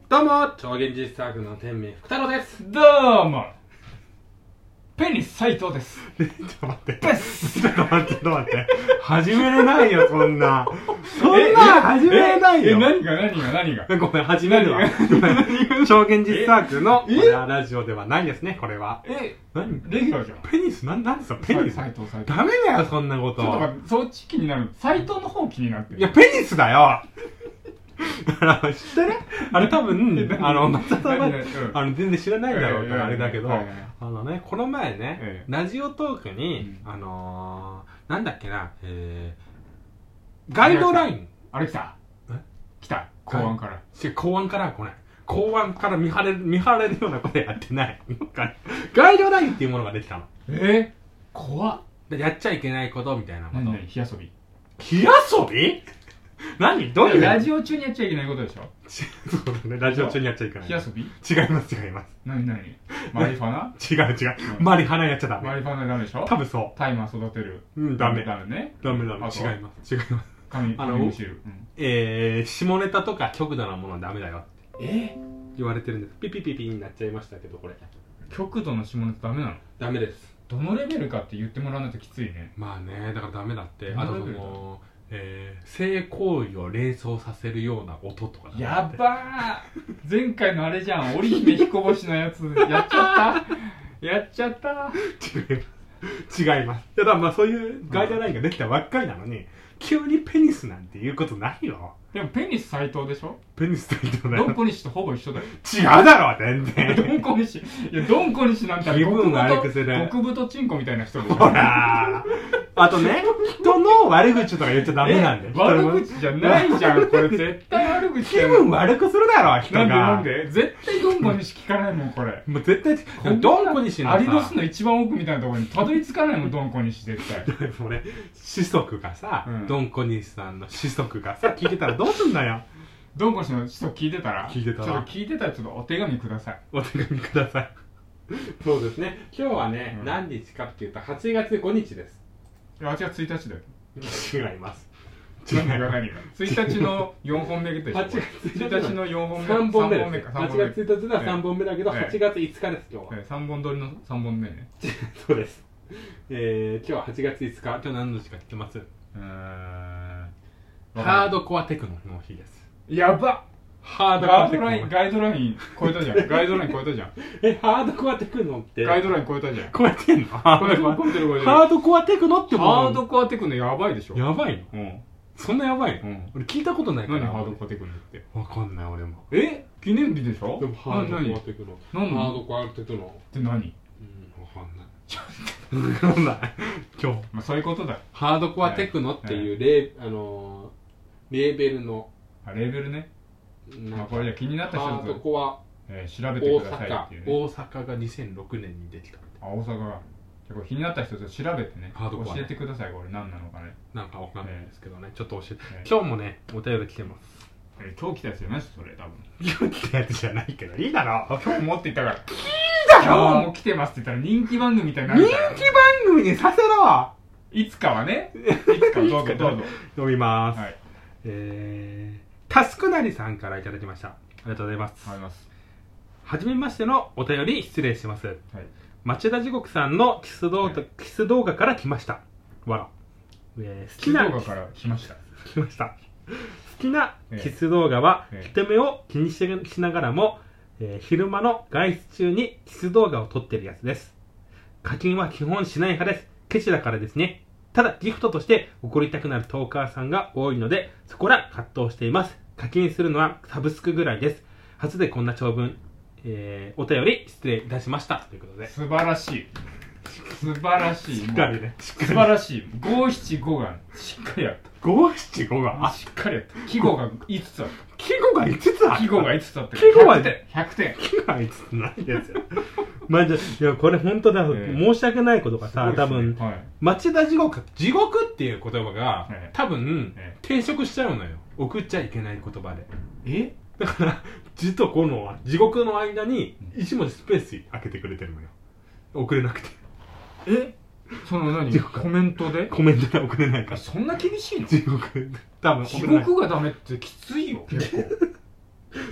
どうも超現実サークルの天命福太郎です。 どうもペニス斉藤です。 ちょっと待ってちょっと待って始めれないよ、そんな始めれないよ。 何がごめん、始めるわ。超現実サークルのこれはラジオではないですね、これは。 何レギュラーじゃん。 ペニスなんですか、ペニス。 斉藤ダメだよ、そんなこと。 ちょっと待って、そっち気になる。斉藤の方気になってる。 いや、ペニスだよ。知ってる？あれ多分、松田さんは全然知らないだろうからあれだけど、この前ね、ラジオトークに、なんだっけな、ガイドライン。 あれ来た公安から。 公安から来ない。公安から見張れるようなことやってない。ガイドラインっていうものができたの。 怖っ。 やっちゃいけないことみたいなこと。 火遊び。 火遊び？何？どういう？ ラジオ中にやっちゃいけないことでしょ？ そうだね、ラジオ中にやっちゃいけない。 火遊び？ 違います。 何？マリファナ？ 違う。マリファナやっちゃダメ。 マリファナダメでしょ？ 多分そう。 タイマー育てる。 ダメね。 ダメ。違います。 紙むしる。 下ネタとか極度なものはダメだよって言われてるんです。ピピピピになっちゃいましたけど、これ極度の下ネタダメなの？ ダメです。 どのレベルかって言ってもらわないときついね。 まあね、だからダメだって。あとその性行為を連想させるような音とか。 やばー。前回のあれじゃん、織姫彦星のやつやっちゃった。 違います。ただまあそういうガイドラインができたばっかりなのに、急にペニスなんて言うことないよ。 でもペニス斉藤でしょ？ ペニス斉藤だよ。 ドンコニシとほぼ一緒だよ。 違うだろ、全然。 ドンコニシなんて気分悪くする。 極太チンコみたいな人でしょ。 ほらあとね、人の悪口とか言っちゃダメなんだよ。 悪口じゃないじゃん、これ絶対悪口だよ。気分悪くするだろ、人が。 なんで絶対ドンコニシ聞かないもん、これ。 もう絶対、ドンコニシのさ、 アリの巣の一番奥みたいなところにたどり着かないもん、ドンコニシ絶対。 それ、子息がさ、ドンコニシさんの子息がさ、聞いてたらどうすんだよ。 ドンコニシの子息聞いてたらちょっと聞いてたらちょっとお手紙ください。 お手紙ください。そうですね。今日はね、何日かっていうと8月5日です。 8月1日だよ。 違います。 何が1日の4本目でしょ。 8月 1日の4本目。 3本目か。8月1日は3本目だけど、8月5日です、今日は。 3本撮りの3本目ね。 そうです。今日は8月5日。今日何の日か知ってます？ハードコアテクノの日です。 やばっ。 ハードコアテクノ。 ガイドライン超えたじゃん。 ハードコアテクノってガイドライン超えたじゃん。 超えてんの？ハードコアテクノってもの。 ハードコアテクノやばいでしょ。 やばいの？そんなやばいの？俺聞いたことないから。 何ハードコアテクノって。 わかんない、俺も。 記念日でしょ？ でもハードコアテクノ。ハードコアテクノって何？ わかんない。今日。 まあそういうことだ。 ハードコアテクノっていうレーベルの。 レーベルね。まあこれじゃ気になった人ハードコア調べてくださいっていうね。 大阪が2006年にできた。 大阪が。じゃこれ気になった人と調べてね。教えてください、これ何なのかね。 なんかわかんないですけどね。ちょっと教えて。今日もね、お便り来てます。 今日来たやつじゃないですそれ多分。 今日来たやつじゃないけど、いいだろ。 今日もって言ったから。いいだろ。 今日も来てますって言ったら人気番組みたいになるから。 人気番組にさせろ。 いつかはね。いつかどうぞ。 読みます。 はい。 タスクなりさんからいただきました。ありがとうございます。はじめましてのお便り失礼します。町田地獄さんのキス動画から来ました。わら。 キス動画から来ました。 好きなキス動画は、人目を気にしながらも、昼間の外出中にキス動画を撮ってるやつです。課金は基本しない派です。ケチだからですね。ただギフトとして送りたくなるトーカーさんが多いので、そこら葛藤しています。課金するのはサブスクぐらいです。初でこんな長文、お便り失礼いたしましたということで。 素晴らしい。素晴らしい。 しっかりね。 素晴らしい。575がしっかりやった。 575がしっかりやった。記号が5つあった。 記号が5つあった。 記号が5つあった。 記号は100 点。 記号が5つないですよ。まじゃ、いや、これ本当だ。申し訳ないことがさ、多分、町田地獄っていう言葉が、多分、抵触しちゃうのよ。送っちゃいけない言葉で。だから、字とこの地獄の間に1文字スペース開けてくれてるのよ。送れなくて。 その何コメントで送れないから。 そんな厳しいの？ 地獄。多分地獄がダメってきついよ、結構。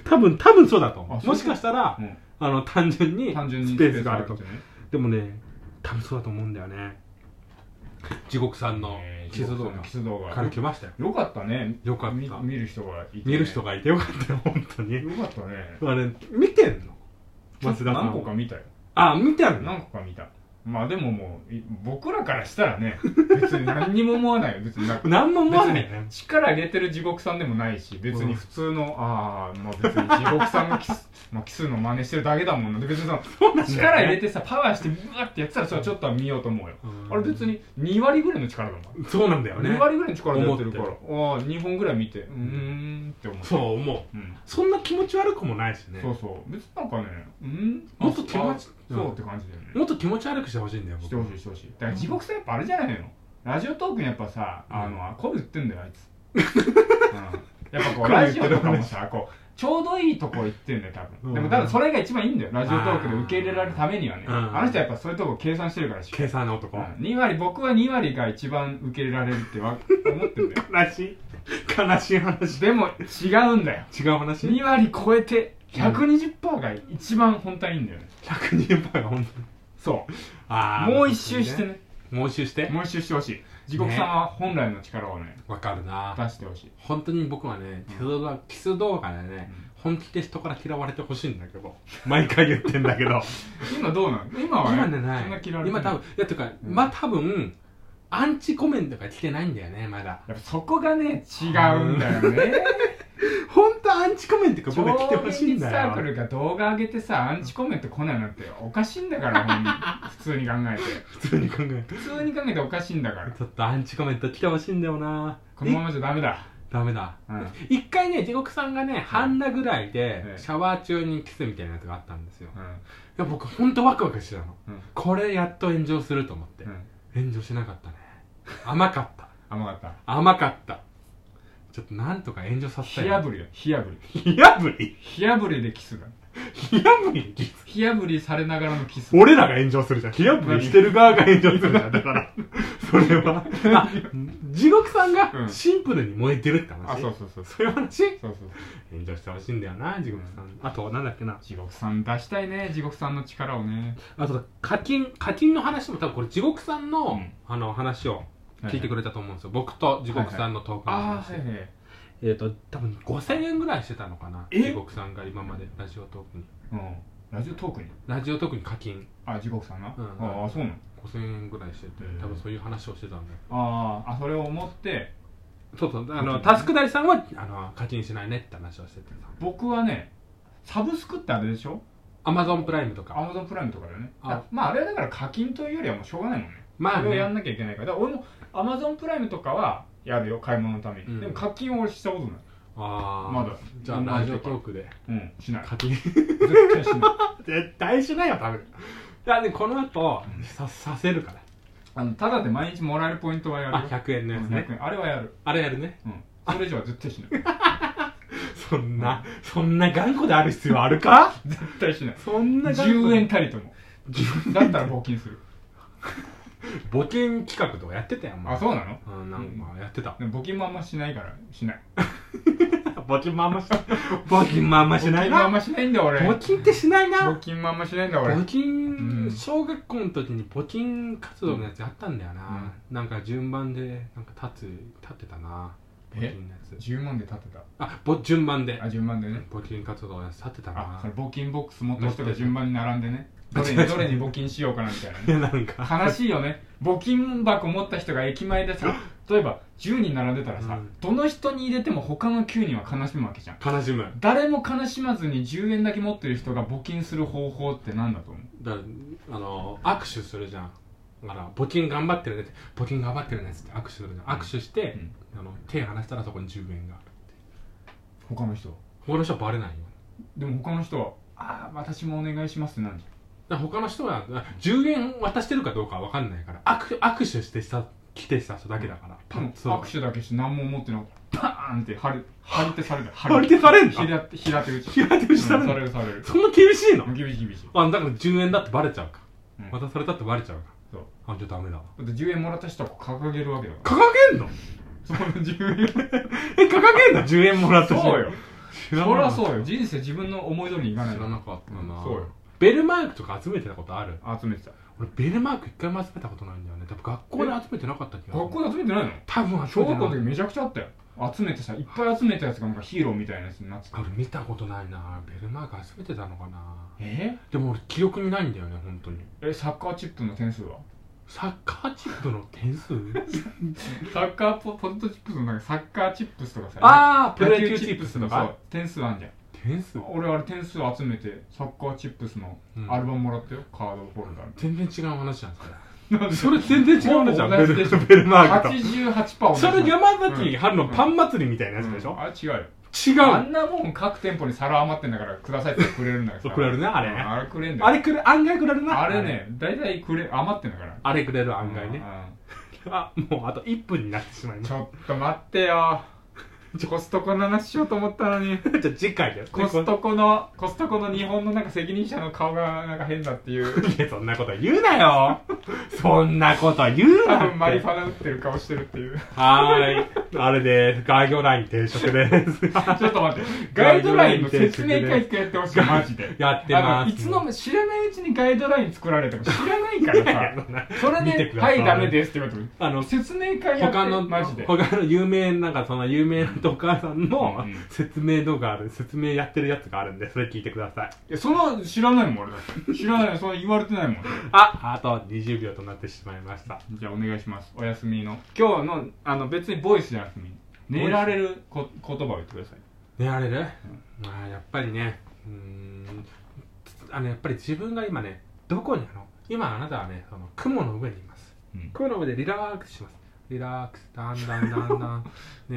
多分そうだと思う。もしかしたら、単純にスペースがあるかも。でもね、多分そうだと思うんだよね。地獄さんのキス動画から来ましたよ。 よかったね。 よかった。 見る人がいて、 見る人がいてよかったよ、本当に。 よかったね。 あれ見てんの？ 増田さん何個か見たよ。 あ、見てあるの？ 何個か見た。まあでももう僕らからしたらね、別に何にも思わないよ。別に何も思わないね。 力入れてる地獄さんでもないし、別に普通の、まあ別に地獄さんのキスの真似してるだけだもんな。別に力入れてさ、パワーしてブワーってやってたら、それはちょっとは見ようと思うよ。あれ別に2割ぐらいの力だもん。 そうなんだよね。 2割ぐらいの力でやってるから、2本ぐらい見て、って思う。 そう思う。そんな気持ち悪くもないしね。 そうそう。別になんかね、 もっと気持ち、 そうって感じだよね。 もっと気持ち悪くしてほしいんだよ。 してほしい。だから地獄さんやっぱあれじゃないの。ラジオトークにやっぱさ、声売ってんだよあいつ。やっぱこうラジオとかもさ、こうちょうどいいとこ行ってんだよ多分。でも多分それが一番いいんだよ。ラジオトークで受け入れられるためにはね。あの人はやっぱそういうとこ計算してるからし。 計算の男。 2割、僕は2割が一番受け入れられるって思ってんだよ。 悲しい話。 でも違うんだよ。 違う話。 2割超えて 120% が一番本当にいいんだよね。 120% が本当に。 そう。もう一周してね。 もう一周してほしい。地獄さんは本来の力をね、 わかるな。 出してほしい。 本当に僕はね、キス動画でね、本気で人から嫌われてほしいんだけど、毎回言ってんだけど。 今どうなの？今はね、 そんな嫌われてない。今多分、てか、多分、アンチコメントが来てないんだよね、まだ。 やっぱそこがね、違うんだよね。 本当アンチコメントが僕は来てほしいんだよ。 サークルが動画上げてさ、アンチコメント来ないなんておかしいんだから、普通に考えて。 普通に考えておかしいんだから。 ちょっとアンチコメント来てほしいんだよな。 このままじゃダメだ。 一回ね、地獄さんがね、半裸ぐらいでシャワー中にキスみたいなやつがあったんですよ。いや、僕ほんとワクワクしてたの。これやっと炎上すると思って。炎上しなかったね。甘かった。ちょっとなんとか炎上させたい。 火炙りでキスだ。火炙りされながらのキス。 俺らが炎上するじゃん。火炙りしてる側が炎上するじゃん。だから。それは。地獄さんがシンプルに燃えてるって話。そういう話？炎上してほしいんだよな、地獄さん。あと、なんだっけな。 地獄さん出したいね、地獄さんの力をね。 あと、課金の話も多分これ地獄さんの話を聞いてくれたと思うんですよ。僕と地獄さんのトークの話。多分5000円ぐらいしてたのかな、地獄さんが今までラジオトークに。 ラジオトークに課金。 地獄さんが？そうなの ？5000円ぐらいしてて、多分そういう話をしてたんだよ。 それを思って、 タスク大さんは課金しないねって話をしてて。 僕はね、サブスクってあれでしょ？ アマゾンプライムとか。 だよね。まああれはだから課金というよりはもうしょうがないもんね。それをやんなきゃいけないから。俺もアマゾンプライムとかはやるよ、買い物のために。でも課金を俺したことない。まだ。 じゃあラジオトークで。 しない。 課金。 絶対しない。 絶対しないよ、多分。いや、でこの後、させるから。 ただで毎日もらえるポイントはやるよ。 100円のやつね。 あれはやる。 あれやるね。 それ以上は絶対しない。 そんな頑固である必要あるか？ 絶対しない。 そんな 10円たりとも。だったら募金する。 募金企画とかやってたよ。 そうなの？ なんかやってた。 募金もあんましないから、しない。 募金もあんましないな。 んだ俺。 募金ってしないな。 募金もあんましないんだ俺。 募金、小学校の時に募金活動のやつやったんだよな。なんか順番でなんか立ってたな。募金のやつ。 10万で立ってた。順番で。 順番でね。 募金活動のやつ立ってたな。 それ募金ボックス持った人が順番に並んでね。どれに募金しようかなみたいなね。なんか悲しいよね。募金箱持った人が駅前でさ、例えば10人並んでたらさ、どの人に入れても他の9人は悲しむわけじゃん。 悲しむ。 誰も悲しまずに10円だけ持ってる人が募金する方法って何だと思う？ 握手するじゃん。だから募金頑張ってるねって募金頑張ってるねって握手するじゃん。握手して、手離したらそこに10円があるって。 他の人はバレないよ。 でも他の人は私もお願いしますってなんじゃん。 他の人は10円渡してるかどうかは分かんないから握手して来てした人だけだから、 握手だけして何も思ってなくてパーンって張り手される。 張り手されるの？ 平手打ちされる。 される。 そんな厳しいの？ 厳しい。 だから10円だってバレちゃうか。渡されたってバレちゃうか。 そう。 じゃあダメだわ。 だって10円もらった人は掲げるわけだから。掲げんの？ その10円掲げんの？10円もらった人。 そうよ。 そりゃそうよ、人生自分の思い通りにいかない。 知らなかったな。 そうよ。 ベルマークとか集めてたことある？ 集めてた。 俺ベルマーク一回も集めたことないんだよね。多分学校で集めてなかった気がする。 学校で集めてないの？ 多分小学校の時めちゃくちゃあったよ。集めてさ、いっぱい集めたやつがなんかヒーローみたいなやつになってた。 俺見たことないな。ベルマーク集めてたのかな。 でも俺記憶にないんだよね、本当に。 サッカーチップの点数は？ サッカーチップの点数サッカーポテトチップスのなんかサッカーチップスとかさ、 ああ、プロ野球チップスとか点数あんじゃん。 点数？ 俺あれ点数集めてサッカーチップスのアルバムもらったよ、カードホルダー。 全然違う話じゃん、それ全然違う話じゃん。 同じでしょ。 ベルマークと 88% 同じ。 それ山崎春のパン祭りみたいなやつでしょ。 あれ違うよ。 違う。 あんなもん各店舗に皿余ってんだからくださいってくれるんだから。 くれるね、あれ。 あれくれんだよ。 あれくれ、案外くれるな。 あれね、大体余ってんだから。 あれくれる、案外ね。あ、もうあと1分になってしまいました。 ちょっと待ってよ。コストコの話しようと思ったのに。 じゃあ次回だよ。 コストコの日本のなんか責任者の顔がなんか変だっていう。 いや、そんなこと言うなよ。そんなこと言うな。 多分マリファナ打ってる顔してるっていう。 はーい。あれでガイドライン提出です。 ちょっと待って。ガイドラインの説明会一回やってほしい、マジで。 やってます。 いつの知らないうちにガイドライン作られても知らないからさ。それで、はい、ダメですって言われても。説明会やって、マジで。 他の有名なお母さんの説明動画説明やってるやつがあるんで、それ聞いてください。 いや、その知らないもん、俺だって。知らない、その言われてないもん。 あと20秒となってしまいました。 じゃあお願いします。お休みの。今日の、別にボイスじゃなくてもいい。寝られる言葉を言ってください。 寝られる？やっぱりね、やっぱり自分が今ね、どこに今あなたはね、雲の上にいます。雲の上でリラックスします。リラックス、だんだん、ね